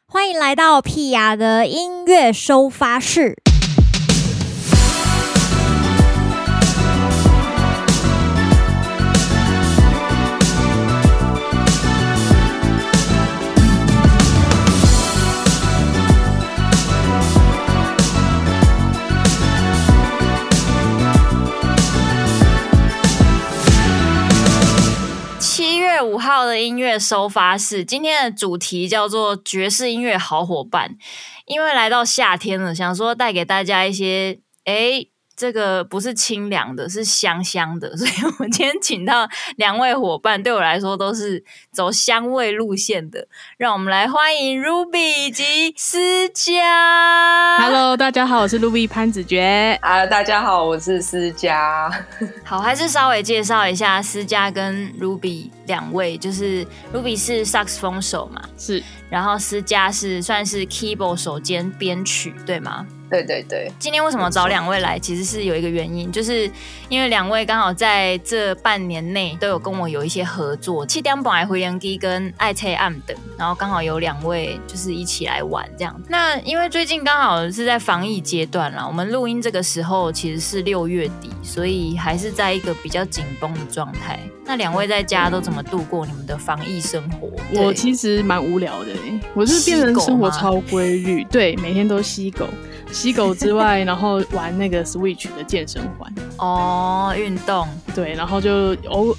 欢迎来到屁雅的音乐收发室。 7月5号的音乐收发室，今天的主题叫做爵士音乐好伙伴。因为来到夏天了，想说带给大家一些这个不是清凉的，是香香的，所以我今天请到两位伙伴，对我来说都是走香味路线的。让我们来欢迎 Ruby 以及思佳。 Hello， 大家好，我是 Ruby 潘子觉。 Hello， 大家好，我是思佳。 好，还是稍微介绍一下思佳跟 Ruby 两位，就是 Ruby 是萨克斯风手嘛， 是， 然后思佳是算是 keyboard 手兼编曲，对吗？ 对对对， 今天为什么找两位来，其实是有一个原因，就是因为两位刚好在这半年内都有跟我有一些合作，7点半的回联机跟爱车暗等，然后刚好有两位就是一起来玩这样。那因为最近刚好是在防疫阶段啦，我们录音这个时候其实是6月底，所以还是在一个比较紧绷的状态。那两位在家都怎么度过你们的防疫生活？ 我其实蛮无聊的我是变成生活超规律，对，每天都吸狗之外，然后玩那个 Switch 的健身环哦，运动， 对，然后就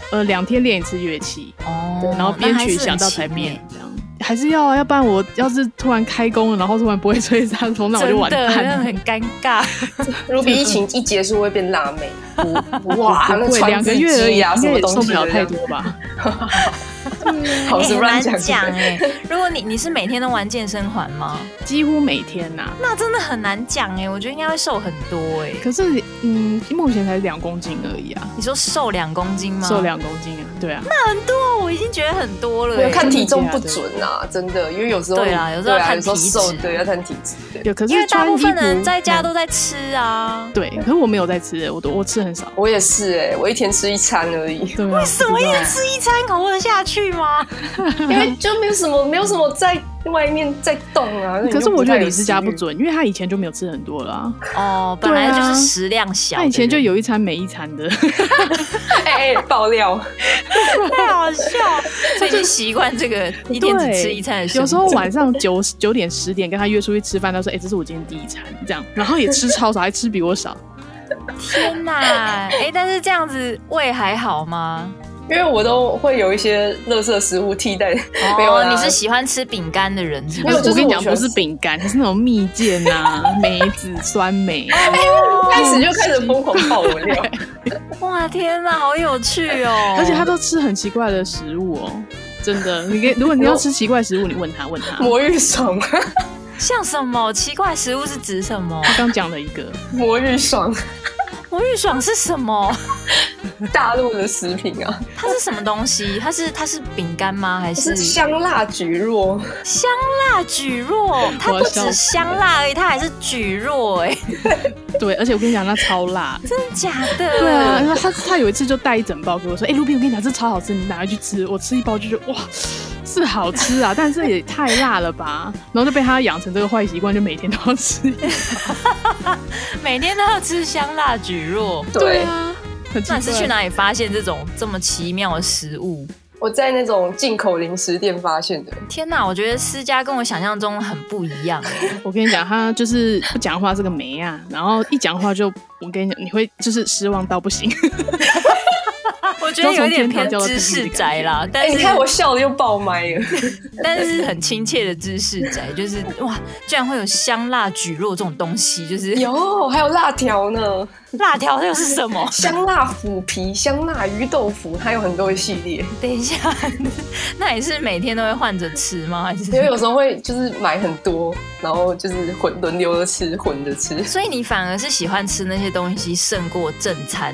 2天练一次乐器哦，然后编曲想到才变这样。还是要啊，要不然我要是突然开工了，然后突然不会吹萨克斯风，那我就完蛋了， 真的很尴尬。 Ruby 疫情一结束会变辣妹，哇，那 2个月而已啊， 应该也受不了太多吧？ 好是乱讲如果你是每天都玩健身环吗？ 几乎每天呐， 那真的很难讲我觉得应该会瘦很多可是目前才2公斤而已啊。 你说瘦2公斤吗？ 瘦2公斤啊，对啊， 那很多，我已经觉得很多了。 看体重不准啊，真的，因为有时候对啦，有时候要看体质， 对，要看体质。 对，可是因为大部分人在家都在吃啊。 对，可是我没有在吃，我吃很少。 我也是我1天吃1餐而已。 对啊， 为什么1天吃1餐口得下去吗？ 因为就没有什么在外面在动啊。 可是我觉得李思佳不准，因为他以前就没有吃很多了本来就是食量小。 他以前就有一餐没一餐的。 爆料， 太好笑，所以就习惯这个1天只吃1餐的生活。 有时候晚上9点10点跟他约出去吃饭，他说这是我今天第1餐这样，然后也吃超少，还吃比我少。 天哪，但是这样子胃还好吗？ 因为我都会有一些垃圾食物替代。没有， 你是喜欢吃饼干的人是不是？ 我跟你讲，不是饼干，是那种蜜饯啊、梅子、酸梅。 开始就开始疯狂爆我料。 哇，天哪，好有趣哦！ 而且他都吃很奇怪的食物真的。如果你要吃奇怪食物，你问他。 魔芋爽。 像什么奇怪食物是指什么？ 他刚讲了一个魔芋爽。 魔芋爽是什么？ 大陆的食品啊。 它是什么东西？它是饼干吗？还是香辣蒟蒻？ 香辣蒟蒻，它不止香辣而已，它还是蒟蒻对，而且我跟你讲，那超辣。 真的假的？ 对啊，他有一次就带1整包给我说，Ruby，我跟你讲，这超好吃，你拿回去吃。我吃1包就觉得哇，是好吃啊，但是也太辣了吧。然后就被他养成这个坏习惯，就每天都要吃。 每天都要吃香辣蒟蒻。 对啊， 那你是去哪里发现这么奇妙的食物？ 我在那种进口零食店发现的。 天哪，我觉得思佳跟我想象中很不一样我跟你讲，他就是不讲话是个梅啊，然后一讲话就，我跟你讲，你会就是失望到不行。 我觉得有点偏知识宅啦，但是你看我笑的又爆麦了。 但是很亲切的知识宅，就是哇，居然会有香辣蒟蒻这种东西，就是还有辣条呢。 辣条又是什么？ 香辣腐皮、香辣鱼豆腐，还有很多系列。 等一下，那你是每天都会换着吃吗？还是因为有时候会就是买很多，然后就是轮流的吃，混着吃。 所以你反而是喜欢吃那些东西胜过正餐。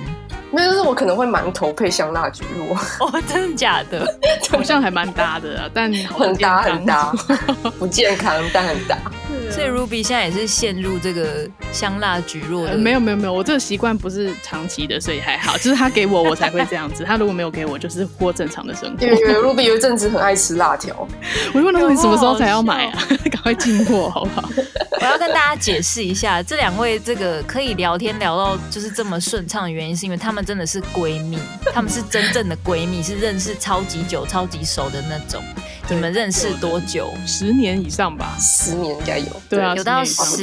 没有，就是我可能会馒头配香辣蒟蒻， 哦，真的假的？ 好像还蛮搭的啊，但好很搭很搭，不健康但很搭。 所以 Ruby 现在也是陷入这个香辣蒟蒻的。 没有，我这个习惯不是长期的，所以还好。就是他给我才会这样子，他如果没有给我，就是过正常的生活。 因为 Ruby 有一阵子很爱吃辣条， 我就问他说你什么时候才要买啊？赶快进货好不好？ 我要跟大家解释一下，这两位这个可以聊天聊到就是这么顺畅的原因，是因为她们真的是闺蜜，她们是真正的闺蜜，是认识超级久、超级熟的那种。你们认识多久 ？10年以上吧 ，10年应该有。 对啊， 有到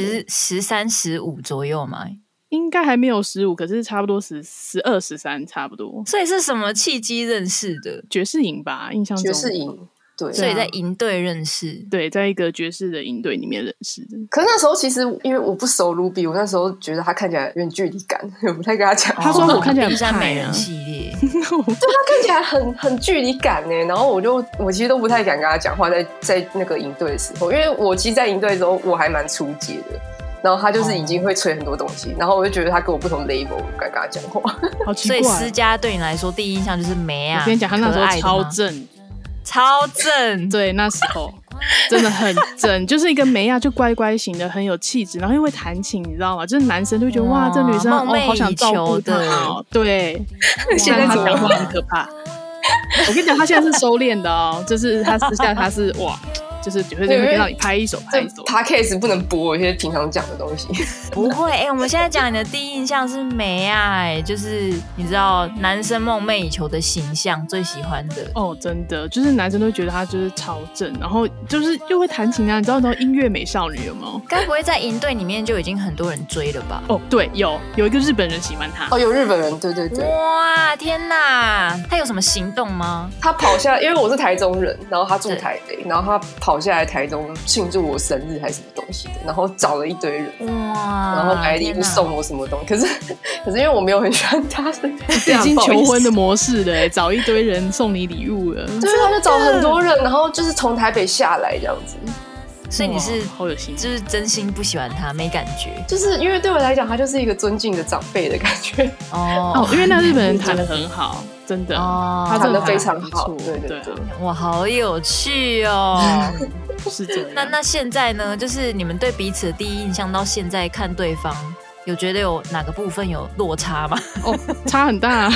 13、15左右吗？ 应该还没有15，可是差不多12、13差不多。 所以是什么契机认识的？ 爵士营吧，印象中。 爵士营。对， 所以在营队认识， 对，在一个爵士的营队里面认识的。 可是那时候其实因为我不熟 Ruby， 我那时候觉得他看起来有点距离感，我不太跟他讲。 他说我看起来很山美人系列， 对，他看起来很距离感呢。然后我其实都不太敢跟他讲话，在那个营队的时候，因为我其实，在营队的时候我还蛮初阶的。然后他就是已经会吹很多东西，然后我就觉得他跟我不同 level， 我不敢跟他讲话。 好奇怪。 所以私家对你来说第一印象就是美啊。 我跟你讲，他那时候超正。 超正， 对，那时候真的很正，就是一个梅亚就乖乖型的，很有气质，然后又会弹琴，你知道吗？就是男生就会觉得哇，这女生好想照顾她哦。对，现在他讲话很可怕。我跟你讲，他现在是收敛的哦，就是他私下他是哇。就是会让你拍一手。 Podcast 不能播一些平常讲的东西。 不会，我们现在讲你的第一印象是梅啊，就是你知道男生梦寐以求的形象，最喜欢的。 哦，真的，就是男生都会觉得他就是超正，然后就是又会弹琴啊，你知道那种音乐美少女有没有？ 该不会在营队里面就已经很多人追了吧？ 哦，对，有一个日本人喜欢他。 哦，有日本人，对。 哇，天哪！他有什么行动吗？ 他跑下，因为我是台中人，然后他住台北，然后他跑下来台中庆祝我生日还是什么东西的，然后找了一堆人， 哇， 然后买礼物送我什么东西。可是因为我没有很喜欢他， 已经求婚的模式了，找一堆人送你礼物了。 对，他就找很多人，然后就是从台北下来这样子。 所以你是好有心， 就是真心不喜欢他，没感觉， 就是因为对我来讲，他就是一个尊敬的长辈的感觉。 哦，因为那日本人弹得很好，真的，他弹得非常好，对。 哇，好有趣哦。 是这样。 那现在呢？就是你们对彼此的第一印象到现在看对方，有觉得有哪个部分有落差吗？ 哦，差很大，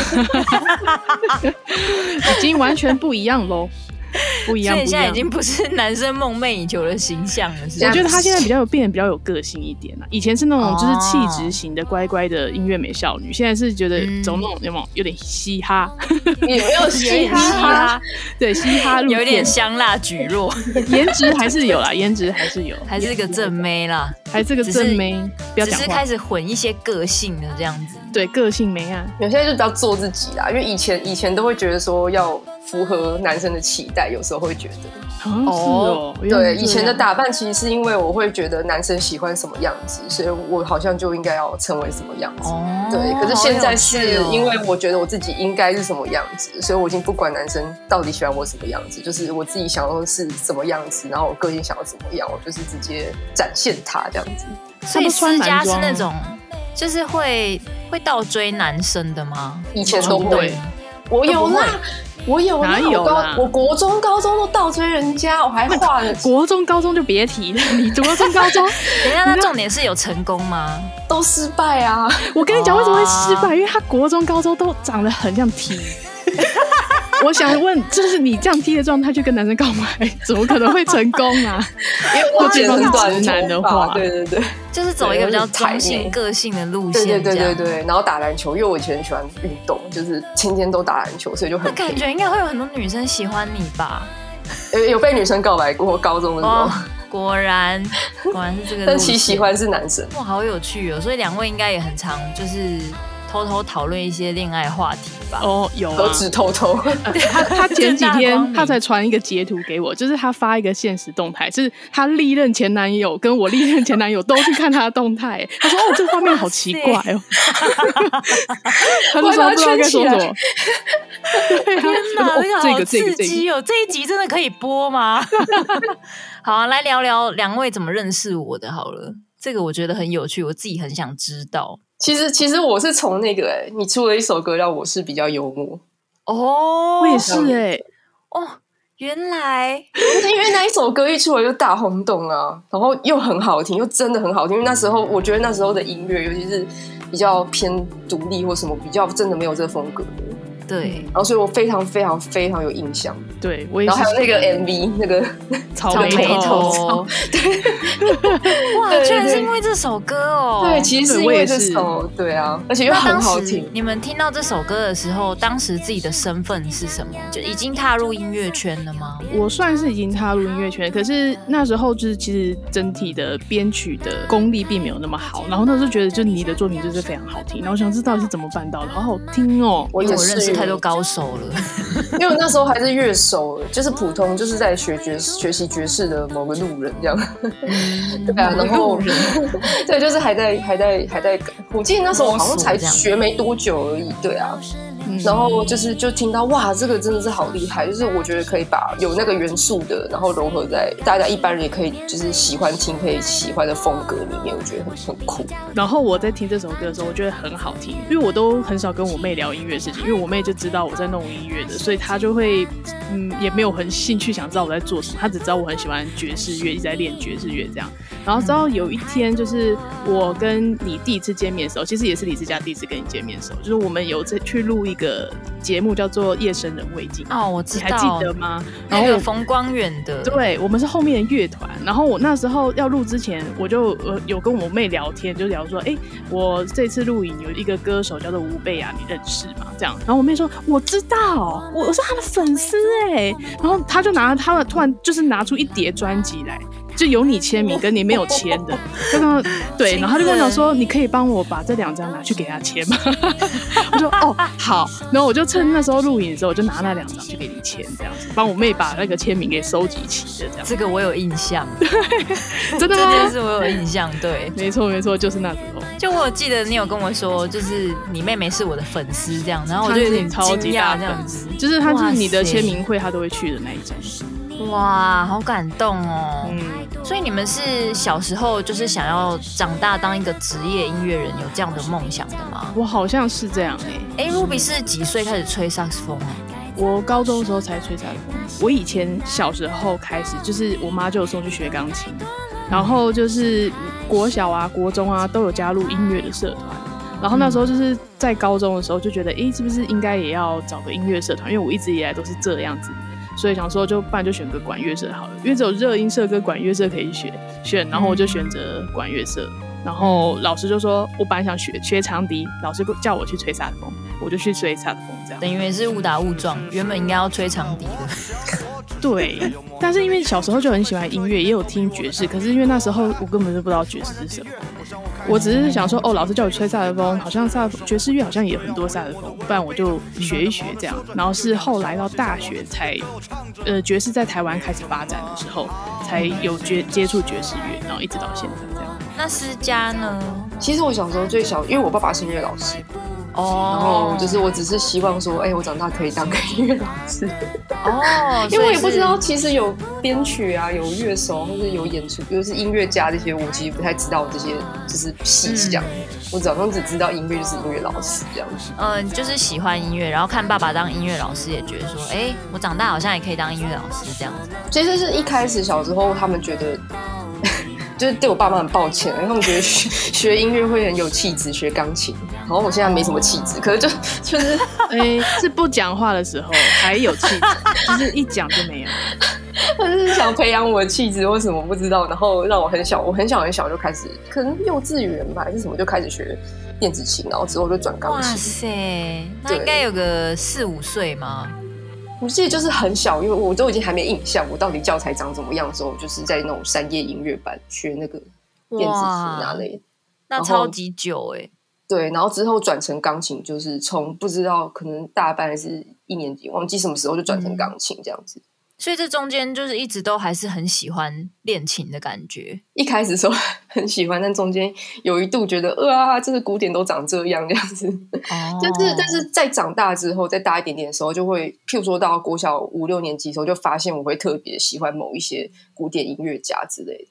已经完全不一样喽。不一样， 所以现在已经不是男生梦寐以求的形象了。 我觉得他现在变得比较有个性一点了。以前是那种就是气质型的乖乖的音乐美少女，现在是觉得走那种有点嘻哈， 有没有嘻哈？ 对，嘻哈路线， 有点香辣蒟蒻， 颜值还是有啦，颜值还是有， 还是个正妹啦， 还是个正妹，不要讲话， 只是开始混一些个性的这样子。 对，个性妹啊， 有些就比较做自己啦，因为以前都会觉得说要符合男生的期待，有时候会觉得哦， 对，以前的打扮其实是因为我会觉得男生喜欢什么样子，所以我好像就应该要成为什么样子。对，可是现在是因为我觉得我自己应该是什么样子，所以我已经不管男生到底喜欢我什么样子，就是我自己想要是什么样子，然后我个性想要怎么样，我就是直接展现它这样子。 所以私家是那种就是会倒追男生的吗？ 以前都会，我有啦。我有哪有啦？ 我国中、高中都倒追人家，我还画了。 国中、高中就别提了，你国中、高中， 等一下，那重点是有成功吗？ 都失败啊！ 我跟你讲，为什么会失败？因为他国中、高中都长得很像 T。我想问，就是你这样 T 的状态去跟男生告白，怎么可能会成功啊？ 因为我剪很短直男的话， 对， 就是走一个比较中性个性的路线， 对。然后打篮球，因为我以前很喜欢运动，就是天天都打篮球，所以就很。 那感觉应该会有很多女生喜欢你吧？ 有被女生告白过，高中的时候。 果然是这个。 但其实喜欢是男生。 哇，好有趣哦！所以两位应该也很常就是偷偷讨论一些恋爱话题吧？ 哦，有啊， 何止偷偷？ 他前几天他才传一个截图给我，就是他发一个限时动态，是他历任前男友跟我历任前男友都去看他的动态。他说：“哦，这画面好奇怪哦。”他就说不知道该说什么。 天哪，这个好刺激哦！这一集真的可以播吗？好啊，来聊聊两位怎么认识我的好了。这个我觉得很有趣，我自己很想知道。 其实我是从那个你出了一首歌让我是比较幽默哦， 我也是哦，原来因为那一首歌一出来就大轰动啊，然后又很好听，又真的很好听。因为那时候我觉得那时候的音乐，尤其是比较偏独立或什么，比较真的没有这个风格的。 对， 然后所以我非常非常非常有印象。 对，我也是。 然后还有那个 MV， 那个草莓头， 对，哇，居然是因为这首歌哦。 对，其实是因为这首，对啊，而且又很好听。 你们听到这首歌的时候，当时自己的身份是什么？就已经踏入音乐圈了吗？ 我算是已经踏入音乐圈，可是那时候就是其实整体的编曲的功力并没有那么好，然后那时候觉得就你的作品就是非常好听，然后我想知道是怎么办到的，好好听哦。 我认识太多高手了， 因为我那时候还是乐手，就是普通就是在学习爵士的某个路人这样。对啊，然后对，就是还在，我记得那时候我好像才学没多久而已，对啊。然后就听到哇，这个真的是好厉害，就是我觉得可以把有那个元素的，然后融合在大家一般人也可以就是喜欢听可以喜欢的风格里面，我觉得很酷。 然后我在听这首歌的时候，我觉得很好听，因为我都很少跟我妹聊音乐事情，因为我妹就知道我在弄音乐的，所以她就会也没有很兴趣想知道我在做什么，她只知道我很喜欢爵士乐，一直在练爵士乐这样。然后直到有一天，就是我跟你第一次见面的时候，其实也是李志嘉第一次跟你见面的时候，就是我们有去录一个节目叫做《夜深人未静》 哦，我知道， 你还记得吗？ 然后冯光远的， 对，我们是后面的乐团。然后我那时候要录之前，我就有跟我妹聊天，就聊说，我这次录影有一个歌手叫做吴贝雅，你认识吗？这样，然后我妹说我知道，我是他的粉丝然后他就突然就是拿出一叠专辑来。就有你签名跟你没有签的，对，然后他就跟我讲说，你可以帮我把这2张拿去给他签吗？我说哦好，然后我就趁那时候录影的时候，我就拿那2张去给你签，这样子帮我妹把那个签名给收集齐的，这样。 这个我有印象， 真的吗？ 这件事我有印象，对， 没错，就是那时候。 就我有记得你有跟我说，就是你妹妹是我的粉丝这样，然后我就有点超级大这样子， 就是她就是你的签名会，她都会去的那一种。 哇，好感动哦！所以你们是小时候就是想要长大当一个职业音乐人，有这样的梦想的吗？ 我好像是这样 Ruby 是几岁开始吹萨克斯风啊？ 我高中的时候才吹萨克斯风。我以前小时候开始，就是我妈就有送去学钢琴，然后就是国小啊、国中啊都有加入音乐的社团。然后那时候就是在高中的时候就觉得，是不是应该也要找个音乐社团？因为我一直以来都是这样子。所以想说不然就选个管乐社好了，因为只有热音社跟管乐社可以选，然后我就选择管乐社。然后老师就说，我本来想学长笛，老师叫我去吹萨克斯风，我就去吹萨克斯风，这样。 等于是误打误撞，原本应该要吹长笛的。 对，但是因为小时候就很喜欢音乐，也有听爵士，可是因为那时候我根本就不知道爵士是什么，我只是想说，老师叫我吹萨克斯风，好像爵士乐好像也有很多萨克斯风，不然我就学一学这样。然后是后来到大学才，爵士在台湾开始发展的时候，才有接触爵士乐，然后一直到现在这样。 那思佳呢？ 其实我小时候因为我爸爸是音乐老师。然后就是我只是希望说，我长大可以当个音乐老师。因为我也不知道，其实有编曲啊，有乐手或者有演出，就是音乐家这些，我其实不太知道这些就是细项。我早上只知道音乐就是音乐老师这样子。 就是喜欢音乐，然后看爸爸当音乐老师，也觉得说，我长大好像也可以当音乐老师这样子。 其实是一开始小时候他们觉得。就是对我爸妈很抱歉，因为他们觉得学音乐会很有气质，学钢琴。然后我现在没什么气质，可是就是是不讲话的时候还有气质，就是一讲就没有。 他就是想培养我的气质或什么不知道，然后让我很小就开始，可能幼稚园吧还是什么就开始学电子琴，然后之后就转钢琴。 哇塞，那应该有个4、5岁吗？ 我记得就是很小，因为我都已经还没印象我到底教材长怎么样的时候，就是在那种3夜音乐班学那个电子琴那类的。 那超级久对，然后之后转成钢琴，就是从不知道可能大班还是1年级，忘记什么时候就转成钢琴这样子。 所以这中间就是一直都还是很喜欢练琴的感觉。 一开始的时候很喜欢，但中间有一度觉得这个古典都长这样这样子。但是在长大之后，再大一点点的时候，就会譬如说到国小5、6年级的时候，就发现我会特别喜欢某一些古典音乐家之类的。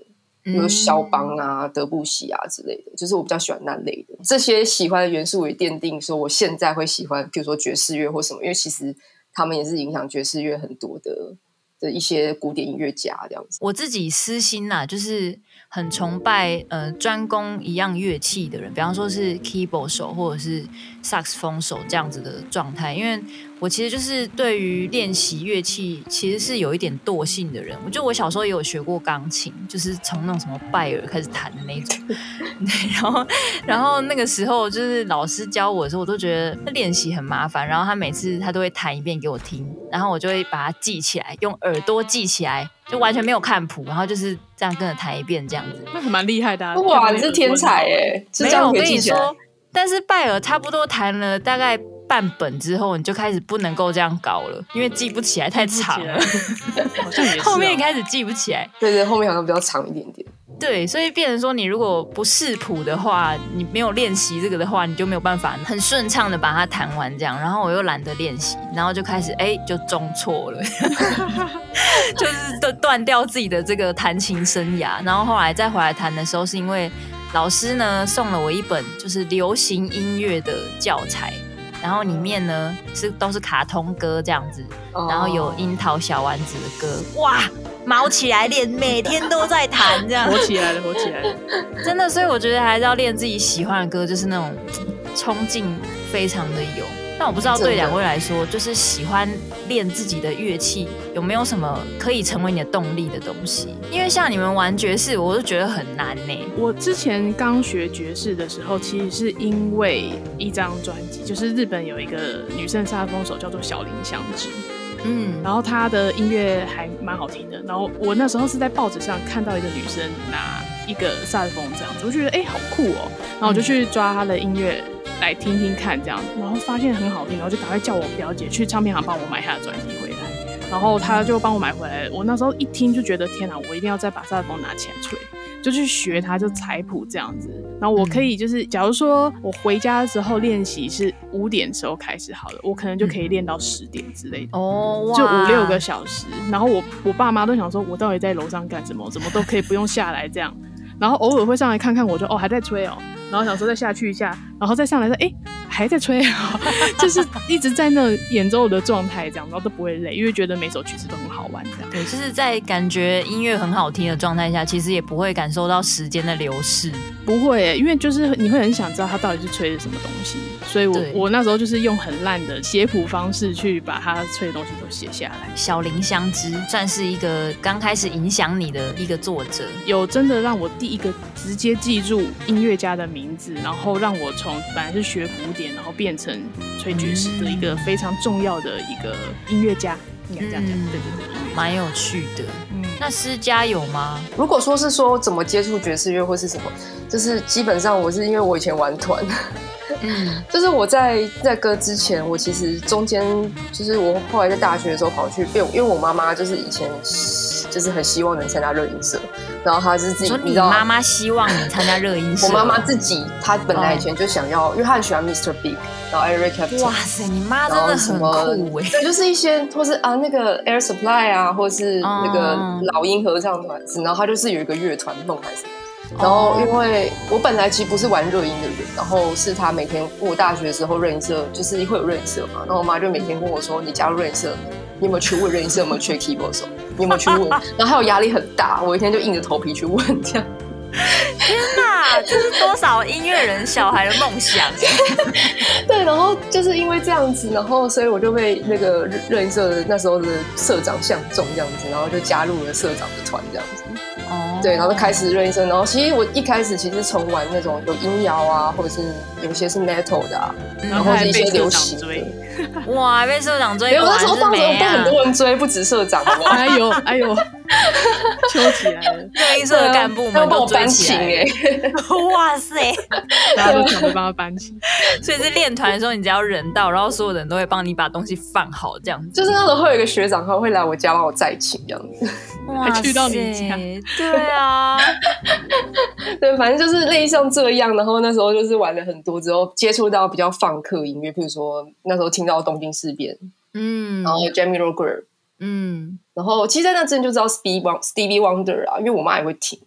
比如肖邦啊、德布西啊之类的，就是我比较喜欢那类的。这些喜欢的元素也奠定说我现在会喜欢比如说爵士乐或什么，因为其实他们也是影响爵士乐很多的一些古典音乐家这样子。 我自己私心啦，就是很崇拜专攻一样乐器的人，比方说是 keyboard 手或者是萨克斯风手这样子的状态，因为我其实就是对于练习乐器其实是有一点惰性的人。我觉得我小时候也有学过钢琴，就是从那种什么拜耳开始弹的那种然后那个时候就是老师教我的时候，我都觉得练习很麻烦，然后他每次他都会弹一遍给我听，然后我就会把它记起来，用耳朵记起来，就完全没有看谱，然后就是这样跟着弹一遍这样子。 那还蛮厉害的啊。 哇，你是天才耶！ 没有，我跟你说，但是拜耳差不多弹了大概半本之后，你就开始不能够这样搞了，因为记不起来太长了。 好像也是、 后面开始记不起来。 对对，后面好像比较长一点点。 对，所以变成说，你如果不识谱的话，你没有练习这个的话，你就没有办法很顺畅的把它弹完这样。然后我又懒得练习，然后就开始就中错了，就是断掉自己的这个弹琴生涯。然后后来再回来弹的时候，是因为老师呢送了我一本就是流行音乐的教材。然后里面呢都是卡通歌这样子，然后有樱桃小丸子的歌，哇，毛起来练，每天都在弹这样， 火起来了，火起来了， 真的。所以我觉得还是要练自己喜欢的歌，就是那种冲劲非常的有。但我不知道对两位来说，就是喜欢练自己的乐器，有没有什么可以成为你的动力的东西？因为像你们玩爵士，我就觉得很难呢。 我之前刚学爵士的时候，其实是因为一张专辑，就是日本有一个女生萨克斯风手叫做小林香织。然后她的音乐还蛮好听的。然后我那时候是在报纸上看到一个女生拿一个萨克斯风这样子，我觉得好酷哦。然后我就去抓她的音乐来听听看这样，然后发现很好听，然后就赶快叫我表姐去唱片行帮我买她的专辑回来。然后她就帮我买回来，我那时候一听就觉得天哪，我一定要再把萨克斯风拿起来吹，就去学它，就采谱这样子。然后我可以就是假如说我回家的时候练习是5点的时候开始好了，我可能就可以练到10点之类的，就5-6个小时。然后我爸妈都想说我到底在楼上干什么，怎么都可以不用下来这样。然后偶尔会上来看看我，就还在吹哦，然后想说再下去一下，然后再上来说还在吹哦，就是一直在那演奏的状态这样，然后都不会累，因为觉得每首曲子都很好玩这样。 对，就是在感觉音乐很好听的状态下，其实也不会感受到时间的流逝。 不会因为就是你会很想知道他到底是吹的什么东西，所以我那时候就是用很烂的写谱方式去把他吹的东西都写下来。 小林香织算是一个刚开始影响你的一个作者， 有真的让我第一个直接记住音乐家的名字，然后让我从本来是学古典，然后变成吹爵士的一个非常重要的一个音乐家，应该这样讲。对， 蛮有趣的。那思佳有吗？ 如果说是说怎么接触爵士乐或是什么，就是基本上我是因为我以前玩团，就是我在歌之前，我其实中间就是我后来在大学的时候跑去，因为我妈妈就是以前就是很希望能参加热音社，然后她是自己， 你妈妈希望你参加热音社？ 我妈妈自己，她本来以前就想要，因为她很喜欢 Mr. Big， 然后 Eric Clapton。 哇塞，你妈真的很酷对，就是一些或是那个 Air Supply 啊，或是那个老鹰合唱团，然后她就是有一个乐团弄还是什么。然后因为我本来其实不是玩热音的人，然后是他每天我大学的时候热音社就是会有热音社嘛，然后我妈就每天跟我说，你加入热音社，你有没有去问热音社有没有缺 keyboard 手，你有没有去问？然后还有压力很大，我一天就硬着头皮去问这样。 天哪，这是多少音乐人小孩的梦想。 对，然后就是因为这样子，然后所以我就被那个热音社的那时候的社长相中这样子，然后就加入了社长的团这样子。对，然后就开始热音社，然后其实我一开始其实从玩那种有音摇啊，或者是有些是 metal 的啊，然后是一些流行的。 哇，被社长追， 没有，那时候当时被很多人追，不止社长。 哎呦，揪起来了， 热音社的干部们都追起来。哇塞， 大家都抢着帮他搬琴。 所以是练团的时候，你只要人到，然后所有人都会帮你把东西放好，这样子。 就是那时候会有一个学长，他会来我家帮我载琴，这样子。 还去到你家？ 对啊， 对，反正就是类似像这样。然后那时候就是玩了很多之后，接触到比较放克音乐，譬如说那时候听到东京事变，然后 Jamie Roger，然后其实在那之前就知道 Stevie Wonder 啊，因为我妈也会听。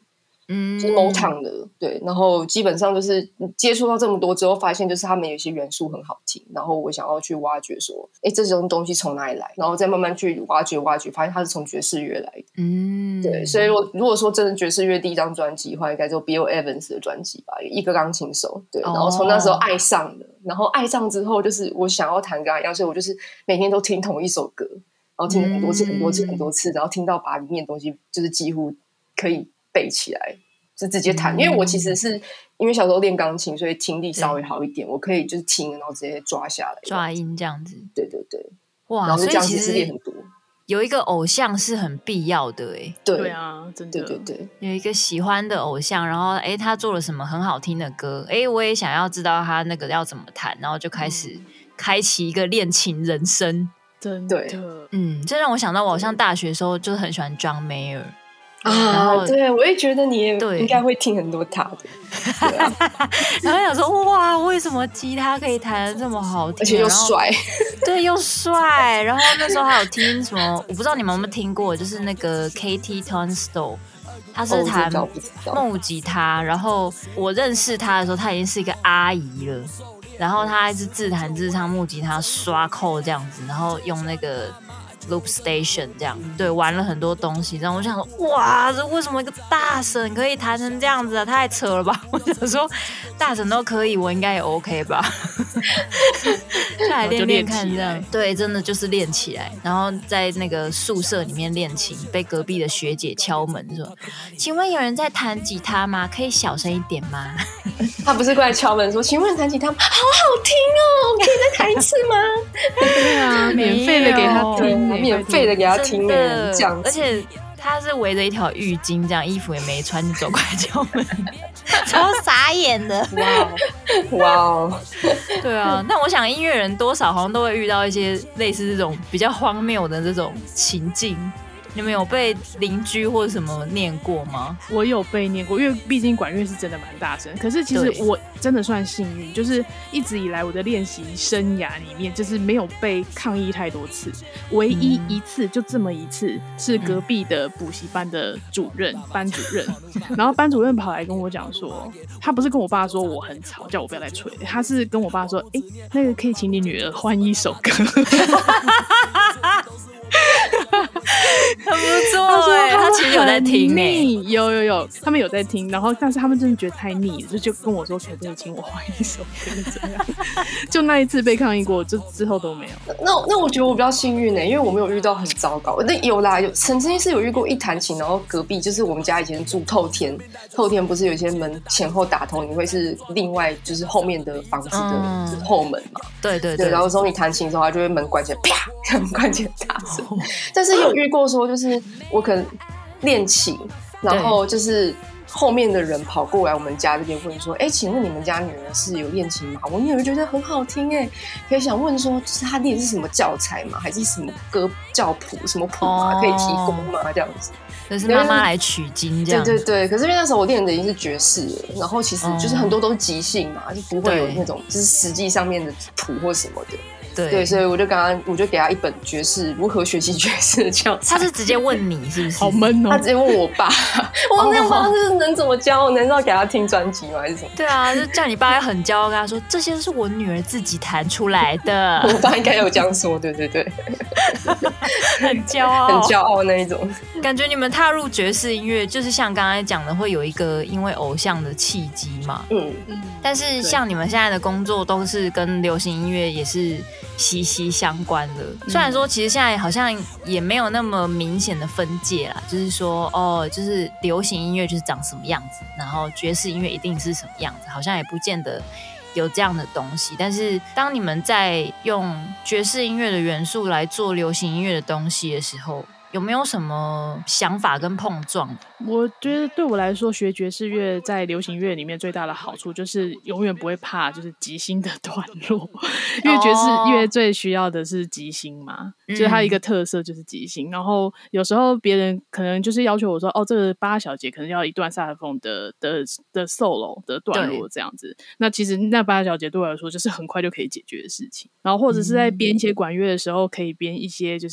就是 Motown 的，对，然后基本上就是接触到这么多之后，发现就是他们有些元素很好听，然后我想要去挖掘说，这种东西从哪里来，然后再慢慢去挖掘，发现它是从爵士乐来的。对，所以如果说真的爵士乐第一张专辑的话，应该就 Bill Evans 的专辑吧，一个钢琴手，对，然后从那时候爱上了，然后爱上之后就是我想要弹跟他一样，所以我就是每天都听同一首歌，然后听很多次，然后听到把里面的东西就是几乎可以背起来，就直接弹。因为我其实是因为小时候练钢琴，所以听力稍微好一点，我可以就是听，然后直接抓下来， 抓音这样子。 对，哇，然后就这样其实练很多。 有一个偶像是很必要的对啊，真的对， 有一个喜欢的偶像，然后他做了什么很好听的歌，我也想要知道他那个要怎么弹，然后就开始开启一个练琴人生。 真的， 这让我想到我好像大学的时候就是很喜欢 John Mayer 啊，对，我也觉得你也应该会听很多他的，对啊， 然后想说哇，为什么吉他可以弹得这么好听， 而且又帅， 对，又帅。然后那时候还有听什么，我不知道你们有没有听过，就是那个 Katie Tunstall， 他是弹木吉他，然后我认识他的时候，他已经是一个阿姨了。然后他还是自弹自唱木吉他刷扣这样子，然后用那个 loop station 这样，对，玩了很多东西。然后我想说，哇，这为什么一个大婶可以弹成这样子啊？太扯了吧！我想说，大婶都可以，我应该也 OK 吧？就来练练看这样。对，真的就是练起来。然后在那个宿舍里面练琴，被隔壁的学姐敲门说：“请问有人在弹吉他吗？可以小声一点吗？” 他不是过来敲门说：“请问弹吉他吗？好好听哦，可以再弹一次吗？” 对啊，免费的给他听， 免费的给他听这样子。 而且他是围着一条浴巾，这样衣服也没穿，就走过来敲门，超傻眼的。 哇哦， 对啊。那我想音乐人多少好像都会遇到一些类似这种比较荒谬的这种情境。你们有被邻居或者什么念过吗？ 我有被念过，因为毕竟管乐是真的蛮大声。可是其实我真的算幸运，就是一直以来我的练习生涯里面，就是没有被抗议太多次。唯一一次，就这么一次，是隔壁的补习班的班主任，然后班主任跑来跟我讲说，他不是跟我爸说我很吵，叫我不要再吹，他是跟我爸说，那个可以请你女儿换一首歌。 很不错他其实有在听有他们有在听，然后但是他们真的觉得太腻了，就跟我说可不可以请我换一首歌这样。就那一次被抗议过，就之后都没有。 那我觉得我比较幸运因为我没有遇到很糟糕。那有啦，曾经是有遇过一弹琴，然后隔壁就是我们家以前住透天不是有些门前后打通，你会是另外就是后面的房子的就是后门嘛？ 对， 然后说你弹琴的时候，他就会门关起来，啪，关起来大声。但是有遇过说，就是我可能练琴，然后就是后面的人跑过来我们家这边问说，请问你们家女儿是有练琴吗？我女儿觉得很好听可以想问说，就是她练是什么教材吗？还是什么歌教谱什么谱吗？可以提供吗？这样子。 就是妈妈来取经这样。 对，可是因为那时候我练的已经是爵士了，然后其实就是很多都是即兴嘛，就不会有那种就是实际上面的谱或什么的。对，所以我就给他一本爵士如何学习爵士的教材。 他是直接问你是不是？ 好闷他直接问我爸，我那爸是能怎么教？难道给他听专辑吗？还是什么？ 对啊，就叫你爸要很骄傲跟他说，这些是我女儿自己弹出来的。 我爸应该有这样说，对， 很骄傲， 很骄傲那一种。 感觉你们踏入爵士音乐，就是像刚才讲的，会有一个因为偶像的契机嘛。但是像你们现在的工作都是跟流行音乐也是息息相关的。虽然说其实现在好像也没有那么明显的分界啦，就是说就是流行音乐就是长什么样子，然后爵士音乐一定是什么样子，好像也不见得有这样的东西。但是当你们在用爵士音乐的元素来做流行音乐的东西的时候，有没有什么想法跟碰撞？ 我觉得对我来说，学爵士乐在流行乐里面最大的好处就是永远不会怕就是即兴的段落，因为爵士乐最需要的是即兴嘛，就是它一个特色就是即兴。然后有时候别人可能就是要求我说，这个8小节可能要一段萨克斯风的 solo 的段落这样子。那其实那8小节对我来说就是很快就可以解决的事情。然后或者是在编一些管乐的时候，可以编一些就是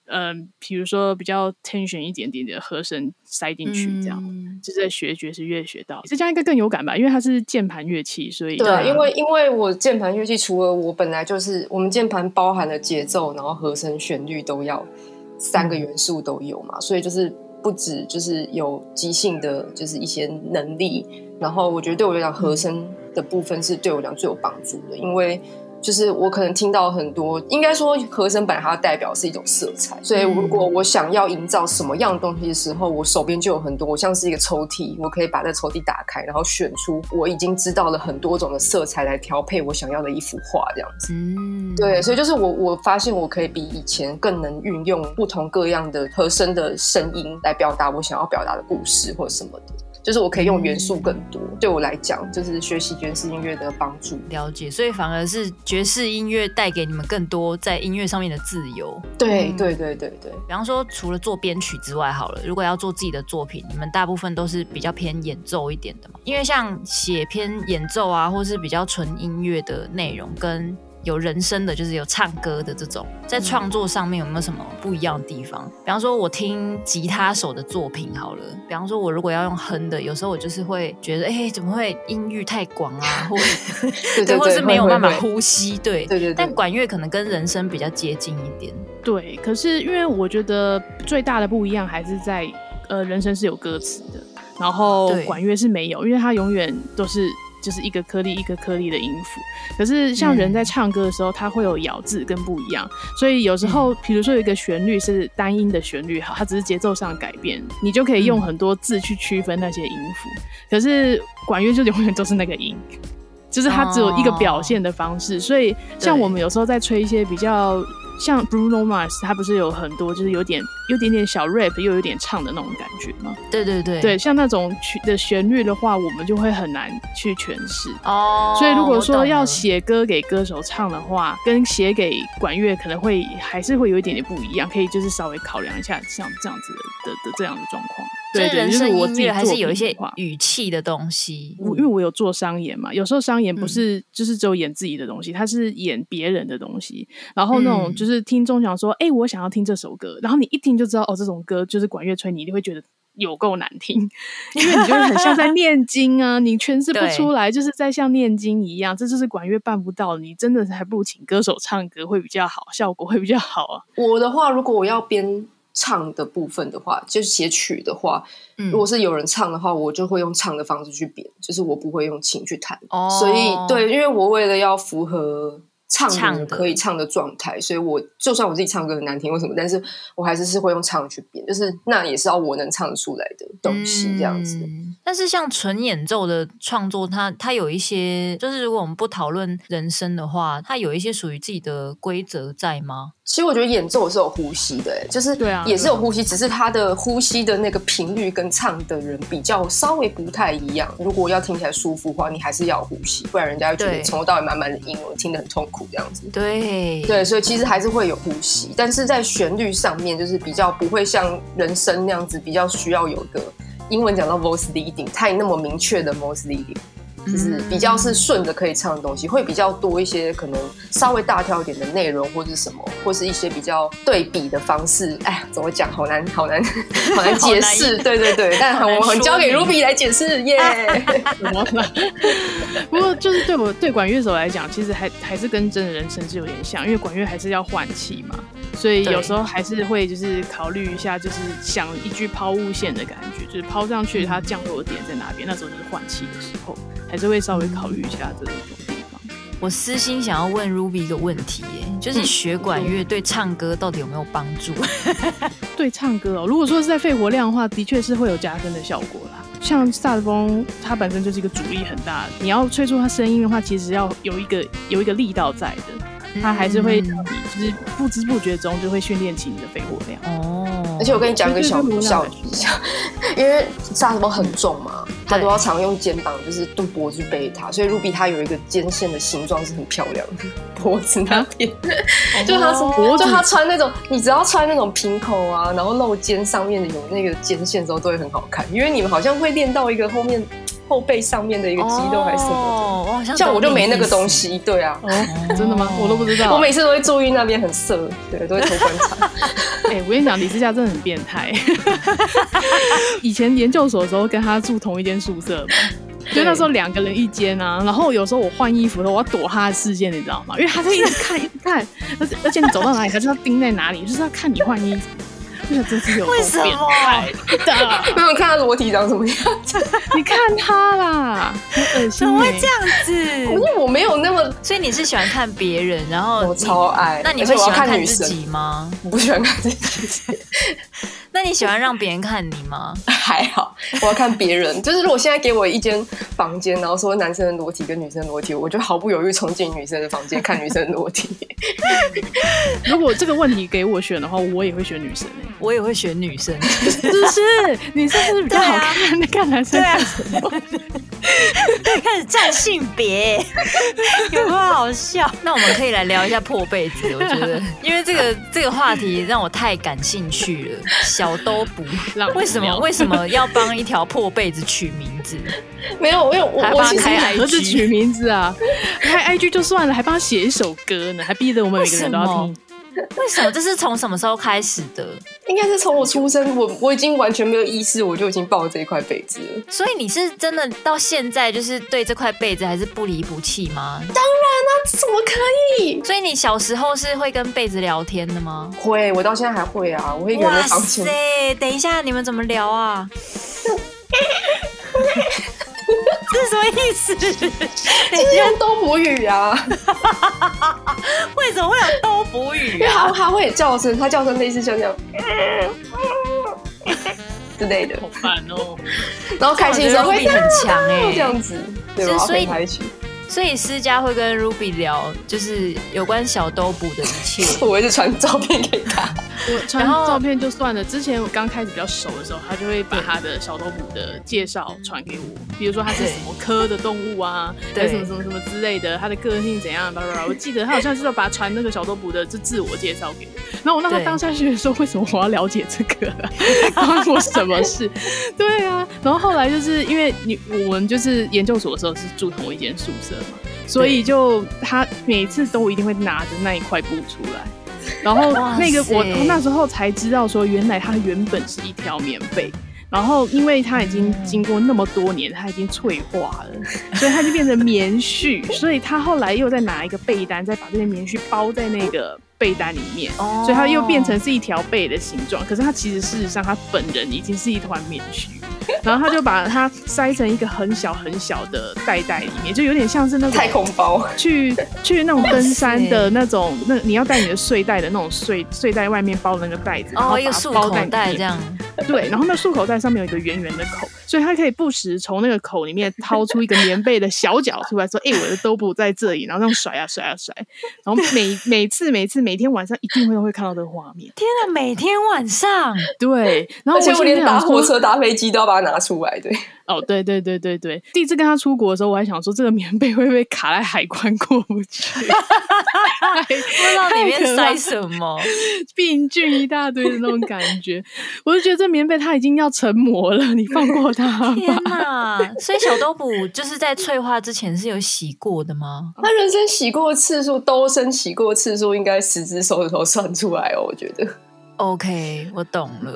比如说比较 tension 一点点的和声塞进去，这样就是在学爵士乐学到，这样应该更有感吧？因为它是键盘乐器，所以对，因为我键盘乐器除了我本来就是我们键盘包含了节奏，然后和声、旋律都要3个元素都有嘛，所以就是不止就是有即兴的，就是一些能力，然后我觉得对我来讲和声的部分是对我来讲最有帮助的，因为就是我可能听到很多，应该说和声本来它代表是一种色彩，所以如果我想要营造什么样的东西的时候，我手边就有很多，我像是一个抽屉，我可以把这个抽屉打开，然后选出我已经知道了很多种的色彩来调配我想要的一幅画这样子。对，所以就是我发现我可以比以前更能运用不同各样的和声的声音来表达我想要表达的故事或什么的。就是我可以用元素更多，对我来讲就是学习爵士音乐的帮助。 了解，所以反而是爵士音乐带给你们更多在音乐上面的自由。 对。 比方说除了做编曲之外好了，如果要做自己的作品，你们大部分都是比较偏演奏一点的嘛？因为像写偏演奏啊，或是比较纯音乐的内容跟有人声的，就是有唱歌的这种，在创作上面有没有什么不一样的地方？比方说我听吉他手的作品好了，比方说我如果要用哼的，有时候我就是会觉得怎么会音域太广啊，或对，或是没有办法呼吸，对，但管乐可能跟人声比较接近一点。 对，可是因为我觉得最大的不一样还是在人声是有歌词的，然后管乐是没有，因为它永远都是就是一个颗粒一个颗粒的音符，可是像人在唱歌的时候，它会有咬字跟不一样，所以有时候比如说有一个旋律是单音的旋律，好，它只是节奏上改变，你就可以用很多字去区分那些音符，可是管乐就永远都是那个音，就是它只有一个表现的方式，所以像我们有时候在吹一些比较像 Bruno Mars， 他不是有很多就是有点小 rap 又有点唱的那种感觉吗？对，像那种的旋律的话，我们就会很难去诠释所以如果说要写歌给歌手唱的话，跟写给管乐可能还是会有一点点不一样，可以就是稍微考量一下像这样子的这样的状况。 对，人声音乐还是有一些语气的东西。 因为我有做商演嘛，有时候商演不是就是只有演自己的东西，它是演别人的东西，然后那种就是听众想说我想要听这首歌，然后你一听就知道这种歌就是管乐吹，你一定会觉得有够难听，因为你就会很像在念经啊你诠释不出来，就是在像念经一样，这就是管乐办不到，你真的还不如请歌手唱歌会比较好，效果会比较好啊。 我的话，如果我要编唱的部分的话，就是写曲的话，如果是有人唱的话，我就会用唱的方式去编，就是我不会用琴去弹所以对，因为我为了要符合唱的可以唱的状态，所以我就算我自己唱歌很难听或什么，但是我还是会用唱去编，就是那也是要我能唱得出来的东西这样子。 但是像纯演奏的创作，它有一些，就是如果我们不讨论人声的话，它有一些属于自己的规则在吗？ 其实我觉得演奏是有呼吸的就是也是有呼吸，只是他的呼吸的那个频率跟唱的人比较稍微不太一样。如果要听起来舒服的话，你还是要有呼吸，不然人家会觉得从头到尾满满的音，我听得很痛苦这样子。对，所以其实还是会有呼吸，但是在旋律上面就是比较不会像人声那样子，比较需要有一个英文讲到 voice leading， 太那么明确的 voice leading。就是比较是顺着可以唱的东西，会比较多一些可能稍微大条一点的内容或是什么，或是一些比较对比的方式。怎么讲？好难解释。对，但我们交给 Ruby 来解释耶。 不过就是对管乐手来讲，其实还是跟真的人声是有点像，因为管乐还是要换气嘛，所以有时候还是会就是考虑一下，就是想一句抛物线的感觉，就是抛上去它降落的点在哪边，那时候就是换气的时候。还是会稍微考虑一下这种地方。 我私心想要问 Ruby 一个问题就是学管乐对唱歌到底有没有帮助？ 对唱歌如果说是在肺活量的话，的确是会有加分的效果啦。像萨克斯风，它本身就是一个阻力很大的，你要吹出它声音的话，其实要有一个力道在的，它还是会让你就是不知不觉中就会训练起你的肺活量。 而且我跟你讲一个小因为萨克斯风很重嘛，他都要常用肩膀就是用脖子去背它，所以 Ruby 他有一个肩线的形状是很漂亮的，脖子那边就他穿那种，你只要穿那种平口啊，然后露肩上面有那个肩线的时候都会很好看，因为你们好像会练到一个后面后背上面的一个肌肉还是什么的。像我就没那个东西，对啊。 真的吗？我都不知道。 我每次都会注意那边很色，对，都会偷观察。 我跟你讲，李思佳真的很变态。以前研究所的时候跟他住同一间宿舍嘛。就那时候2个人一间啊，然后有时候我换衣服的时候，我要躲他的视线，你知道吗？因为他在一直看一直看，而且你走到哪里，他就要盯在哪里，就是要看你换衣服。我想真是有为什么？ 没有看他裸体长什么样子？ 你看他啦，很恶心。 怎么会这样子？ 因为我没有那么， 所以你是喜欢看别人，然后我超爱。 那你会喜欢看自己吗？ 我不喜欢看自己。 那你喜欢让别人看你吗？ 还好，我要看别人。就是如果现在给我一间房间，然后说男生的裸体跟女生的裸体，我就毫不犹豫冲进女生的房间看女生的裸体。 如果这个问题给我选的话，我也会选女生。 我也会选女生， 是不是？女生是比较好看，看男生干什么？ 开始占性别，有没有好笑？那我们可以来聊一下破被子，我觉得，因为这个话题让我太感兴趣了。小兜补，为什么要帮一条破被子取名字？ 没有，我其实开 IG 何止取名字啊，开 IG 就算了，还帮他写一首歌呢，还逼得我们每个人都要听。 为什么？这是从什么时候开始的？ 应该是从我出生，我已经完全没有意识，我就已经抱着这一块被子了。 所以你是真的到现在就是对这块被子还是不离不弃吗？ 当然啊，怎么可以？ 所以你小时候是会跟被子聊天的吗？ 会，我到现在还会啊，我会一个人在房间。 哇塞，等一下，你们怎么聊啊？这是什么意思？ 就是用兜补语啊。 为什么会有兜补语啊？ 因为他会叫声，他叫声类似像这样之类的， 好烦哦。 然后开心的时候会很强这样子，对吧？所以所以思佳会跟 Ruby 聊，就是有关小兜补的一切。 我会是传照片给他， 我传照片就算了。之前我刚开始比较熟的时候，他就会把他的小兜补的介绍传给我，比如说他是什么科的动物啊，还是什么之类的，他的个性怎样，我记得他好像是要把传那个小兜补的自我介绍给我。然后我那时候当下就觉得说，为什么我要了解这个啊？关我什么事？对啊。然后后来就是因为我们就是研究所的时候是住同一间宿舍嘛，所以就他每次都一定会拿着那一块布出来，然后那个我那时候才知道说，原来它原本是一条棉被。然后，因为它已经经过那么多年，它已经脆化了，所以它就变成棉絮。所以他后来又再拿一个被单，再把这些棉絮包在那个被单里面，所以它又变成是一条被的形状。可是它其实事实上，它本人已经是一团棉絮。然后他就把它塞成一个很小很小的袋里面，就有点像是那种太空包， 去那种登山的那种，那你要带你的睡袋的那种睡袋外面包的那个袋子，然后把它包在里面， 这样。 对，然后那束口袋上面有一个圆圆的口，所以它可以不时从那个口里面掏出一个棉被的小角出来，说：“我的兜补在这里。”然后这样甩啊甩啊甩，然后每天晚上一定会看到这个画面。 天啊，每天晚上， 对，然后而且我连搭火车搭飞机都要把它拿出来，对。 哦，对，第一次跟他出国的时候，我还想说这个棉被会不会卡在海关过不去， 不知道里面塞什么， 病菌一大堆的那种感觉。我就觉得这棉被它已经要成膜了，你放过它吧。 天哪！所以小兜补就是在脆化之前是有洗过的吗？ 他人生洗过的次数，兜身洗过的次数，应该10只手指头算出来哦，我觉得。 OK， 我懂了。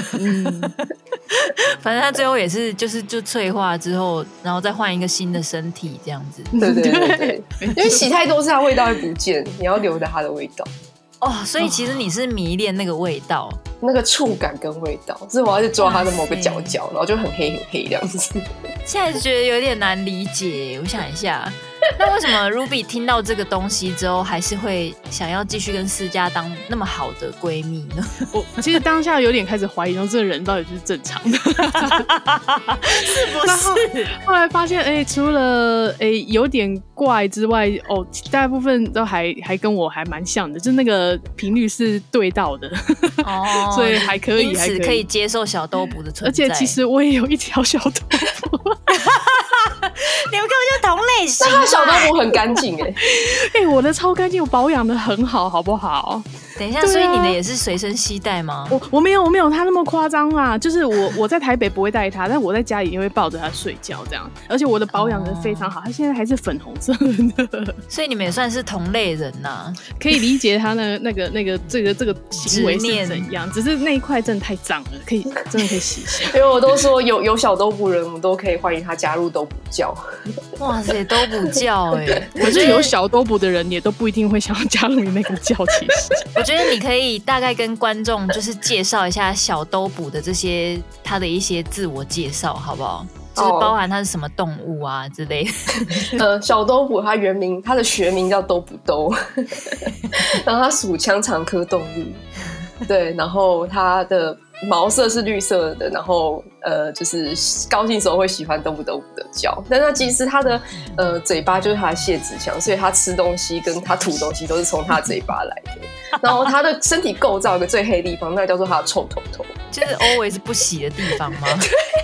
反正他最后也是就脆化之后，然后再换一个新的身体这样子。 对，因为洗太多次，它味道会不见，你要留着它的味道。 哦，所以其实你是迷恋那个味道， 那个触感跟味道，是我要去抓它的某个角角，然后就很黑这样子。 现在觉得有点难理解，我想一下。那为什么 Ruby 听到这个东西之后，还是会想要继续跟思佳当那么好的闺蜜呢？ 我其实当下有点开始怀疑，说这个人到底是正常的， 是不是？ 后来发现，除了有点怪之外，大部分都还跟我还蛮像的，就那个频率是对到的，所以还可以， 因此可以接受小兜补的存在。 而且其实我也有一条小兜补。 你们根本就同类型。 那他小兜补很干净我的超干净，我保养的很好，好不好？ 等一下，所以你的也是随身携带吗？ 我没有他那么夸张啦，就是我在台北不会带他，但我在家里一定会抱着他睡觉这样，而且我的保养得非常好，他现在还是粉红色的， 所以你们也算是同类人呐， 可以理解他那个这个行为是怎样，只是那一块真的太脏了，真的可以洗一下。 因为我都说有小都补人，我们都可以欢迎他加入都补教。 哇塞，都补教可是有小都补的人也都不一定会想要加入你那个教，其实。 我觉得你可以大概跟观众就是介绍一下小都补的这些他的一些自我介绍，好不好？就是包含它是什么动物啊之类的。小都补它的学名叫都补兜，然后它属腔肠科动物，对，然后它的毛色是绿色的，然后就是高兴的时候会喜欢都补都补的叫，但它其实它的嘴巴就是它的泄殖腔，所以它吃东西跟它吐东西都是从它的嘴巴来的。然后它的身体构造有个最黑的地方，那叫做它的臭头头， 就是 always 不洗的地方吗？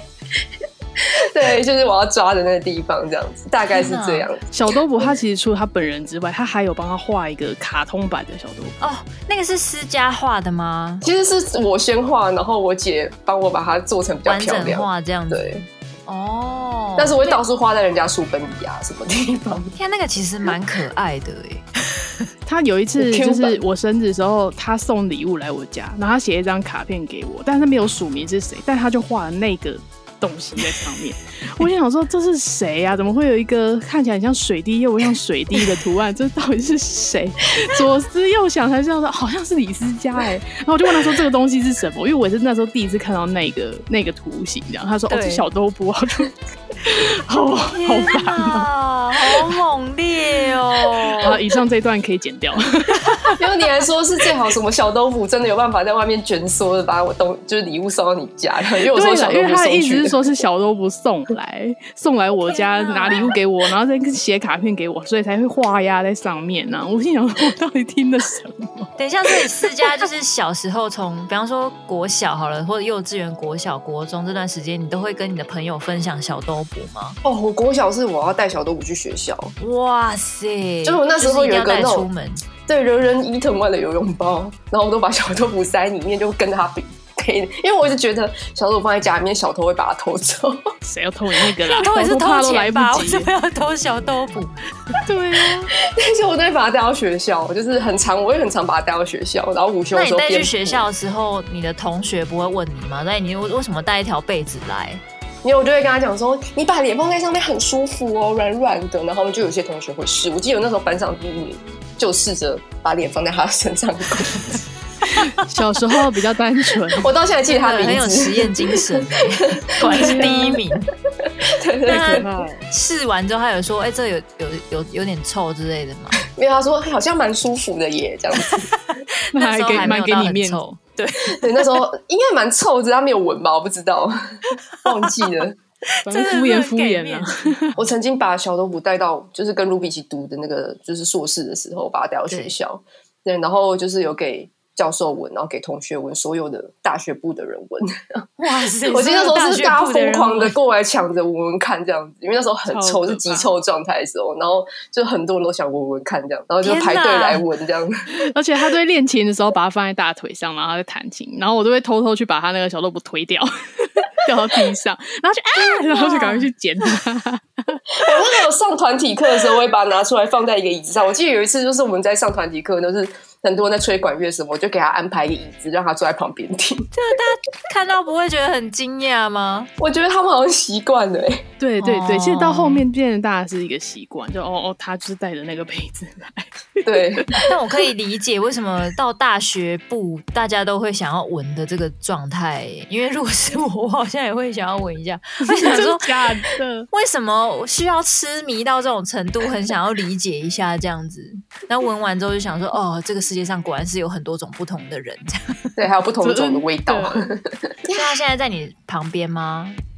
对，就是我要抓的那个地方，这样子，大概是这样。 小都补他其实除了他本人之外，他还有帮他画一个卡通版的小都补。 哦，那个是私家画的吗？ 其实是我先画，然后我姐帮我把它做成比较漂亮， 完整画这样子。 对， 哦， 但是我会到处画在人家书本里啊，什么地方。 天，那个其实蛮可爱的哎。 他有一次就是我生日的时候，他送礼物来我家，然后他写一张卡片给我，但是没有署名是谁，但他就画了那个东西在上面。我就想说这是谁啊？怎么会有一个看起来很像水滴又不像水滴的图案？这到底是谁？左思右想才知道说好像是李思佳哎。然后我就问他说这个东西是什么？因为我也是那时候第一次看到那个图形这样。他说哦，这小都补，好烦哦， 好猛烈哦！ 好，以上这一段可以剪掉。 因为你还说是最好什么小都补真的有办法在外面卷缩的把我就是礼物送到你家，因为我说小都补送去的， 因为他的意思是说是小都补送来我家拿礼物给我，然后再写卡片给我，所以才会画押在上面啊。我心想说我到底听了什么？ 等一下，所以思佳就是小时候从比方说国小好了，或者幼稚园、国小、国中这段时间，你都会跟你的朋友分享小都补吗？ 哦，我国小是我要带小都补去学校。 哇塞！ 就是我那时候有一个那种出门对人伊藤湾的游泳包，然后我都把小都补塞里面，就跟他比。因为我一直觉得小偷放在家里面，小偷会把它偷走。 谁要偷你那个啦？ 偷也是偷钱吧？为什么要偷小都补？ 对啊， 但是我都会把它带到学校，就是我也很常把它带到学校，然后午休的时候。 那你带去学校的时候，你的同学不会问你吗？那你为什么带一条被子来？ 因为我就会跟他讲说，你把脸放在上面很舒服哦，软软的。然后就有些同学会试，我记得我那时候班上第1名就试着把脸放在他身上。 小时候比较单纯， 我到现在记得他名字， 很有实验精神，果然是第1名。 对对对。 试完之后，他有说：“哎，这有点臭之类的吗？” 没有，他说好像蛮舒服的耶，这样子。 那时候还蛮给你面子。对对，那时候应该蛮臭，只是他没有闻吧，我不知道，忘记了。 真敷衍啊！ 我曾经把小都补带到，就是跟Ruby一起读的那个，就是硕士的时候，把他带到学校。对，然后就是有给教授闻，然后给同学闻，所有的大学部的人闻。 哇塞！ 我记得那时候是大家疯狂的过来抢着闻闻看这样子，因为那时候很臭，是极臭状态的时候，然后就很多人都想闻闻看这样，然后就排队来闻这样。 而且他对练琴的时候把它放在大腿上，然后他在弹琴，然后我都会偷偷去把他那个小豆腐推掉，掉到地上，然后然后就赶快去捡它。 我那时候上团体课的时候，我会把它拿出来放在一个椅子上。我记得有一次就是我们在上团体课，都是很多人在吹管乐什么，我就给他安排一个椅子，让他坐在旁边听。 这个大家看到不会觉得很惊讶吗？ 我觉得他们好像习惯了。 对对对，其实到后面变成大家是一个习惯，就他就是带着那个杯子来。 对， 但我可以理解为什么到大学部大家都会想要闻的这个状态，因为如果是我好像也会想要闻一下。我想说， 假的， 为什么需要痴迷到这种程度，很想要理解一下这样子？然后闻完之后就想说，哦，这个世界上果然是有很多种不同的人，这样对，还有不同种的味道。 所以他现在在你旁边吗？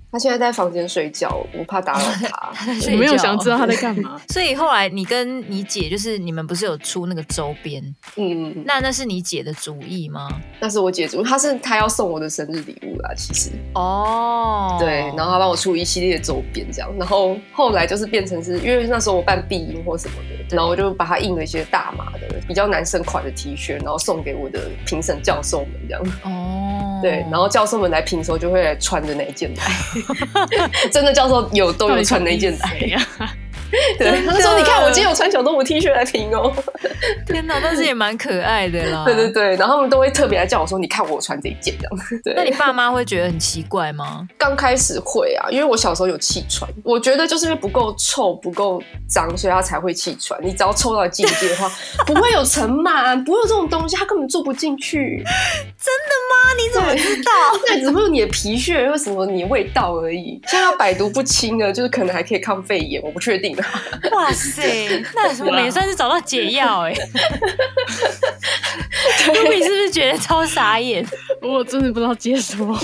他现在在房间睡觉，我怕打扰他。 我没有想知道他在干嘛。 所以后来你跟你姐，就是你们不是有出那个周边？那是你姐的主意吗？ 那是我姐主意，她要送我的生日礼物啦，其实。对，然后她帮我出一系列周边这样，然后后来就是变成是因为那时候我办毕营或什么的，然后我就把它印了一些大码的比较男生款的 T 恤，然后送给我的评审教授们这样。对，然后教授们来评的时候就会来穿着那一件来，真的教授都有穿那一件来。对，他就说：“你看，我今天有穿小动物 T 恤来评哦。” 天哪，但是也蛮可爱的啦。 对，然后他们都会特别来叫我说：“你看我穿这一件这样。”对， 那你爸妈会觉得很奇怪吗？ 刚开始会啊，因为我小时候有气喘，我觉得就是因为不够臭、不够脏，所以他才会气喘。你只要臭到境界的话，不会有尘螨，不会有这种东西，他根本坐不进去。 真的吗？你怎么知道？ 对，只会有你的皮屑，为什么你的味道而已。现在要百毒不侵了，就是可能还可以抗肺炎，我不确定。 哇塞，那我们也算是找到解药哎。Ruby 是不是觉得超傻眼？ 我真的不知道接什么。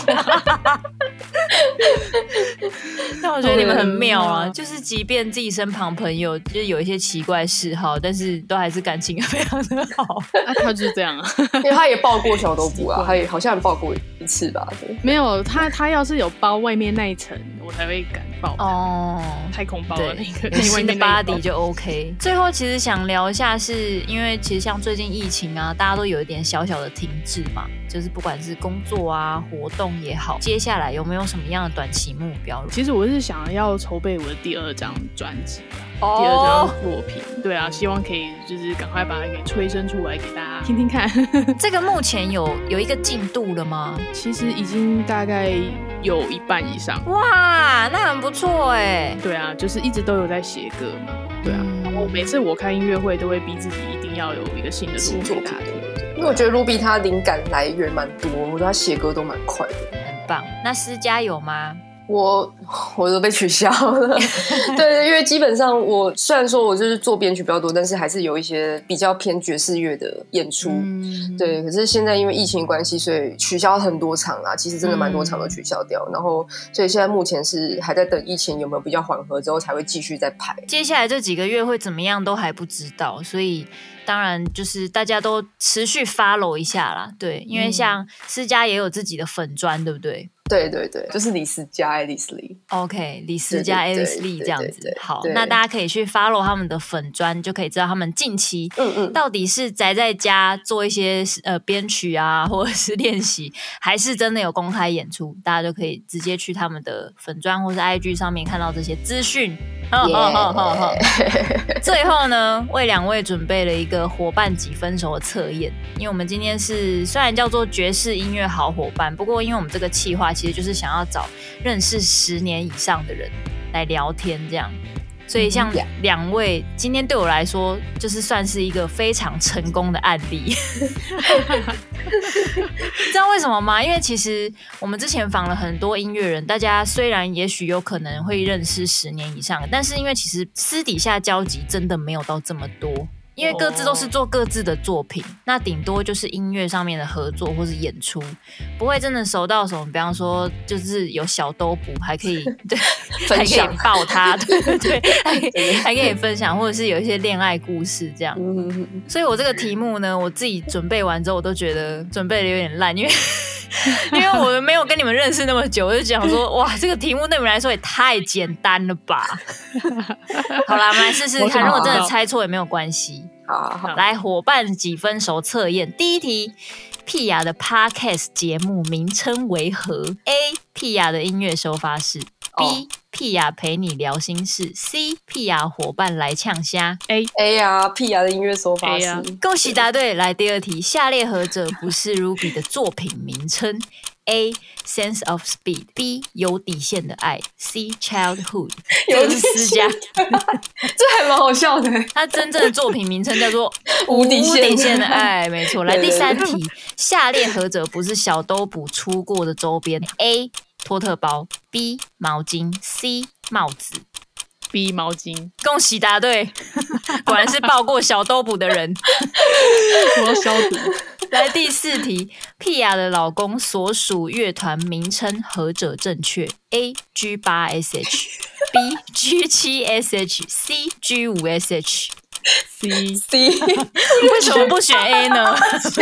但我觉得你们很妙啊，就是即便自己身旁朋友就是有一些奇怪嗜好，但是都还是感情非常的好。 他就是这样啊， 因为他也抱过小豆腐啊，他也好像抱过一次吧。对， 没有他要是有包外面那一层，我才会敢抱。太空包了那个。 新的 body 就 OK。最后其实想聊一下，是因为其实像最近疫情啊，大家都有一点小小的停滞嘛，就是不管是工作啊、活动也好，接下来有没有什么样的短期目标？ 其实我是想要筹备我的第2张专辑第2张作品。对啊，希望可以就是赶快把它给催生出来给大家听听看。 这个目前有一个进度了吗？ 其实已经大概有一半以上。 哇，那很不错哎。 对啊，就是一直都有在写歌嘛。对啊，然后每次我开音乐会都会逼自己一定要有一个新的作品给大家听。 因为我觉得 Ruby 他灵感来源蛮多，我觉得他写歌都蛮快的， 很棒。那思佳有吗？ 我都被取消了。对，因为基本上我虽然说我就是做编曲比较多，但是还是有一些比较偏爵士乐的演出。对，可是现在因为疫情关系，所以取消很多场啦，其实真的蛮多场都取消掉。然后所以现在目前是还在等疫情有没有比较缓和之后才会继续再排。 接下来这几个月会怎么样都还不知道，所以当然就是大家都持续 follow 一下啦。对，因为像思佳也有自己的粉专，对不对？ 对，就是李思佳 Alice Lee。OK， 李思佳 Alice Lee 这样子。好，那大家可以去 follow 他们的粉专，就可以知道他们近期到底是宅在家做一些编曲啊，或者是练习，还是真的有公开演出，大家就可以直接去他们的粉专或是 IG 上面看到这些资讯。最后呢，为2位准备了一个伙伴几分熟的测验，因为我们今天是虽然叫做爵士音乐好伙伴，不过因为我们这个企划其实就是想要找认识10年以上的人来聊天这样，所以像2位今天对我来说就是算是一个非常成功的案例。知道为什么吗？因为其实我们之前访了很多音乐人，大家虽然也许有可能会认识10年以上，但是因为其实私底下交集真的没有到这么多，因为各自都是做各自的作品，那顶多就是音乐上面的合作或是演出，不会真的熟到什么，比方说就是有小兜补还可以对还可以抱他，对，还可以分享，或者是有一些恋爱故事这样。所以我这个题目呢，我自己准备完之后，我都觉得准备的有点烂，因为我没有跟你们认识那么久，我就想说，哇，这个题目对你们来说也太简单了吧。好啦，我们来试试看，如果真的猜错也没有关系。好，来伙伴几分熟测验。第一题，屁雅的 Podcast 节目名称为何 ？A. 屁雅的音乐收发室 B. 屁雅陪你聊心事 C. 屁雅伙伴来呛虾 A 啊，屁雅的音乐收发室。 恭喜答对。来第2题，下列何者不是 Ruby 的作品名称？A. Sense of Speed B. 有底线的爱 C. Childhood 这个是思佳。 这还蛮好笑的。 他真正的作品名称叫做无底线的爱，没错。来第3题，下列何者不是小兜补出过的周边？ A. 托特包 B. 毛巾 C. 帽子 B. 毛巾。 恭喜答对。果然是抱过小兜补的人。 我要消毒。 来第4题，Pia 的老公所属乐团名称何者正确 ？A G8SH B G7SH C G5SH C 为什么不选 A 呢？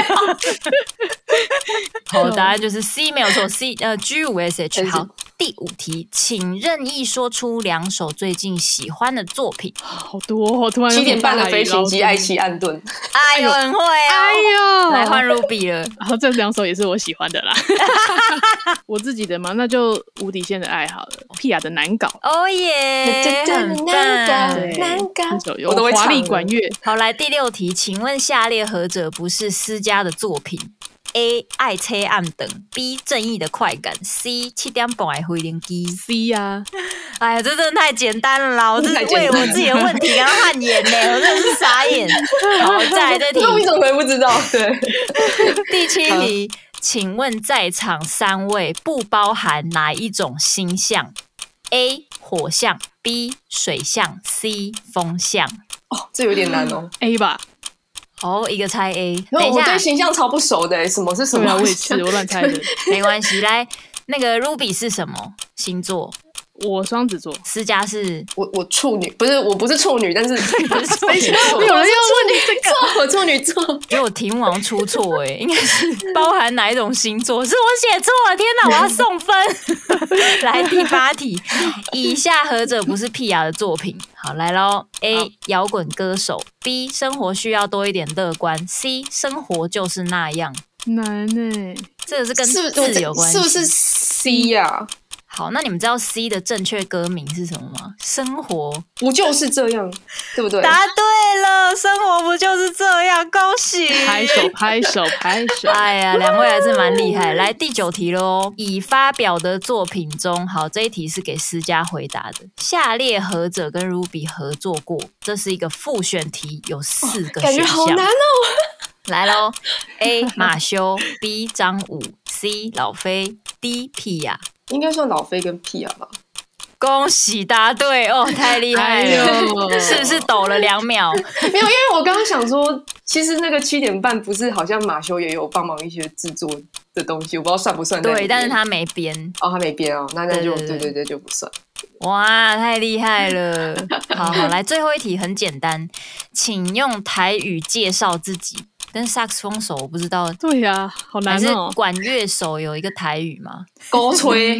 好，答案就是 C 没有错 ，C G5SH。好，第5题，请任意说出2首最近喜欢的作品。 好多哦，突然 7点半的飞行机，爱奇安顿。 哎呦，很会哦！ 哎呦， 来换 Ruby 了。 然后这2首也是我喜欢的啦。我自己的嘛，那就无底线的爱好了。Pia 的难搞， 哦耶，很棒。 这首有华丽管乐。 好，来第6题，请问下列何者不是私家的作品 ？A. 爱车暗等 B. 正义的快感 C. 7点半的飞行机 C 啊！ 哎呀，这真的太简单了啦！我这是为了我自己的问题刚刚汗颜呢，我真的是傻眼。好，再来这题， 我怎么会不知道？对， 第7题，请问在场3位不包含哪一种星象 ？A. 火象 B. 水象 C. 风象。 哦，这有点难哦。 A 吧。 哦，一个猜 A。 等一下，我对形象超不熟的，什么是什么？ 我也是，我乱猜的。 没关系，来，那个 Ruby 是什么星座？ 我双子座。 思佳是我处女，我不是处女，但是不是处女座？有人要问你这个，我处女座。 觉得我题目好像出错哎，应该是包含哪一种星座？是我写错了，天哪，我要送分。来第8题，以下何者不是 Pia 的作品？好，来咯 A. 摇滚歌手 B. 生活需要多一点乐观 C. 生活就是那样。 难欸， 这个是跟字有关系， 是不是 C 呀？ 好，那你们知道 C 的正确歌名是什么吗？生活不就是这样，对不对？ 答对了，生活不就是这样，恭喜！ 拍手拍手拍手！ 哎呀，2位还是蛮厉害。来第9题咯，已发表的作品中，好，这一题是给思佳回答的。下列何者跟 Ruby 合作过？这是一个复选题，有4个选项。 感觉好难哦。 来咯 A. 马修 B. 张武 C. 老飞 D. Pia。 应该算老飞跟 Pia 吧。 恭喜答对哦，太厉害了！是不是抖了2秒？ 没有，因为我刚刚想说，其实那个7点半不是好像马修也有帮忙一些制作的东西，我不知道算不算。 对，但是他没编。 哦，他没编哦，那就对就不算。 哇，太厉害了！好，来最后一题很简单，请用台语介绍自己。但是萨克斯风手我不知道， 对呀，好难哦。 还是管乐手有一个台语吗？ 勾吹，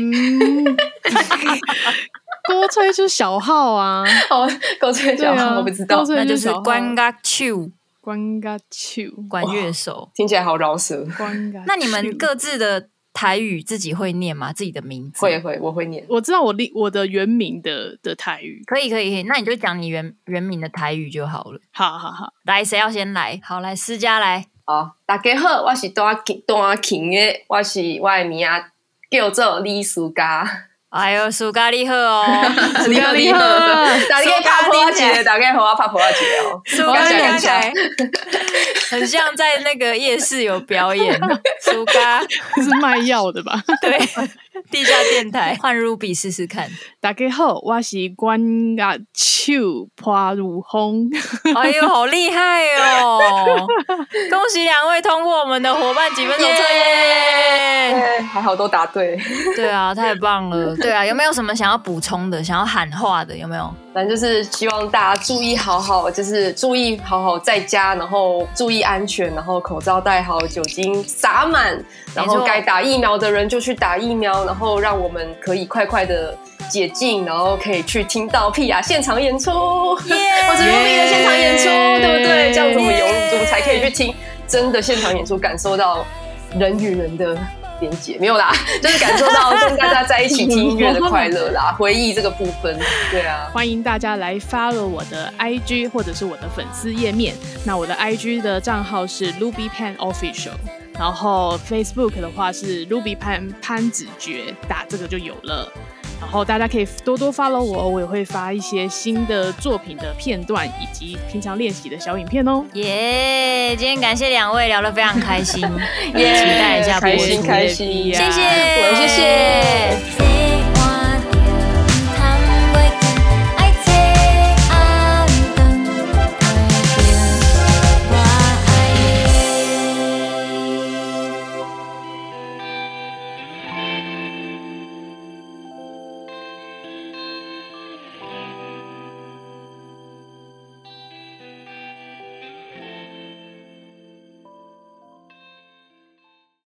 勾吹就是小号啊。 哦，勾吹小号我不知道， 那就是关嘎秋， 关嘎秋， 管乐手， 听起来好饶舌。 那你们各自的台语自己会念吗？自己的名字会，我会念。 我知道我的原名的台语， 可以，那你就讲你原名的台语就好了。 好， 来，谁要先来？好，来思佳来。 好，大家好，我是大琴的，我的名啊叫做李思佳。 哎呦，苏咖你好哦， 你好，大家拍破节，大家和我拍破节哦。 苏咖听起来很像在那个夜市有表演。苏咖是卖药的吧？ 对，地下电台。换 Ruby 试试看。 大家好，我是管乐手破如风。 哎呦，好厉害哦！恭喜2位通过我们的伙伴几分钟测验， 还好都答对。 对啊，太棒了。对啊，有没有什么想要补充的、想要喊话的？有没有？ 反正就是希望大家注意好好在家，然后注意安全，然后口罩戴好，酒精洒满，然后该打疫苗的人就去打疫苗，然后让我们可以快快的解禁，然后可以去听到 Pia 现场演出，或者 Ruby 的现场演出，对不对？这样子我们才可以去听真的现场演出，感受到人与人的连结。没有啦，就是感受到跟大家在一起听音乐的快乐啦，回忆这个部分。对啊， 欢迎大家来 follow 我的 IG 或者是我的粉丝页面。那我的 IG 的账号是 RubyPan Official， 然后 Facebook 的话是 RubyPan 潘子爵，打这个就有了。然后大家可以多多 follow 我也会发一些新的作品的片段以及平常练习的小影片哦。 耶！今天感谢2位聊得非常开心，期待一下播出。 开心， 谢谢， 谢谢。